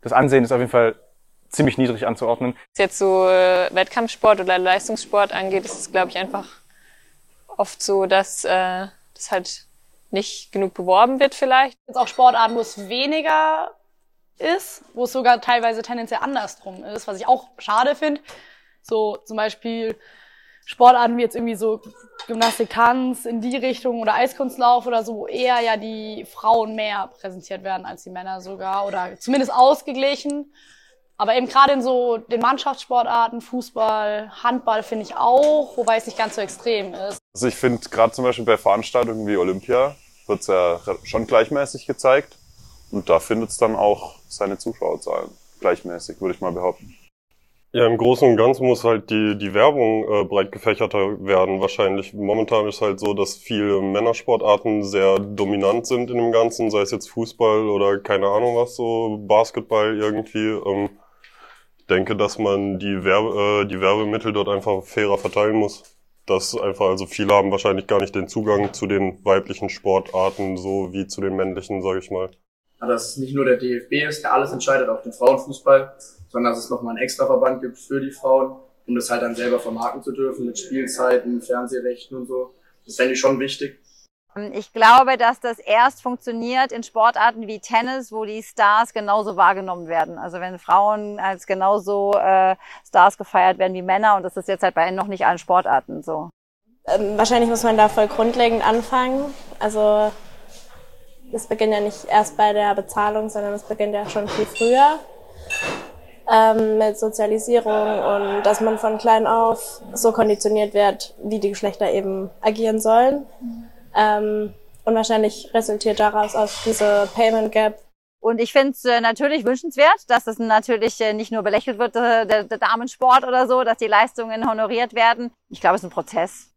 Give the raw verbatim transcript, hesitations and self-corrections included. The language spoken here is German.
das Ansehen ist auf jeden Fall ziemlich niedrig anzuordnen. Was jetzt so äh, Wettkampfsport oder Leistungssport angeht, ist es, glaube ich, einfach oft so, dass äh, das halt nicht genug beworben wird vielleicht. Jetzt auch Sportarten, wo es weniger ist, wo es sogar teilweise tendenziell andersrum ist, was ich auch schade finde. So zum Beispiel Sportarten wie jetzt irgendwie so Gymnastik, Tanz in die Richtung oder Eiskunstlauf oder so, wo eher ja die Frauen mehr präsentiert werden als die Männer sogar oder zumindest ausgeglichen. Aber eben gerade in so den Mannschaftssportarten, Fußball, Handball finde ich auch, wobei es nicht ganz so extrem ist. Also ich finde gerade zum Beispiel bei Veranstaltungen wie Olympia wird es ja schon gleichmäßig gezeigt und da findet es dann auch seine Zuschauerzahlen gleichmäßig, würde ich mal behaupten. Ja, im Großen und Ganzen muss halt die, die Werbung äh, breit gefächerter werden. Wahrscheinlich momentan ist halt so, dass viele Männersportarten sehr dominant sind in dem Ganzen, sei es jetzt Fußball oder keine Ahnung was, so Basketball irgendwie. Ähm, ich denke, dass man die, Werbe, äh, die Werbemittel dort einfach fairer verteilen muss. Dass einfach, also viele haben wahrscheinlich gar nicht den Zugang zu den weiblichen Sportarten, so wie zu den männlichen, sage ich mal. Dass es nicht nur der D F B ist, der alles entscheidet, auch den Frauenfußball, sondern dass es nochmal einen Extraverband gibt für die Frauen, um das halt dann selber vermarkten zu dürfen mit Spielzeiten, Fernsehrechten und so. Das fände ich schon wichtig. Ich glaube, dass das erst funktioniert in Sportarten wie Tennis, wo die Stars genauso wahrgenommen werden. Also wenn Frauen als genauso äh, Stars gefeiert werden wie Männer, und das ist jetzt halt bei noch nicht allen Sportarten so. Ähm, wahrscheinlich muss man da voll grundlegend anfangen. Also es beginnt ja nicht erst bei der Bezahlung, sondern es beginnt ja schon viel früher. Ähm, mit Sozialisierung und dass man von klein auf so konditioniert wird, wie die Geschlechter eben agieren sollen. Ähm, und wahrscheinlich resultiert daraus aus diese Payment Gap. Und ich finde es äh, natürlich wünschenswert, dass es natürlich äh, nicht nur belächelt wird, äh, der, der Damensport oder so, dass die Leistungen honoriert werden. Ich glaube, es ist ein Prozess.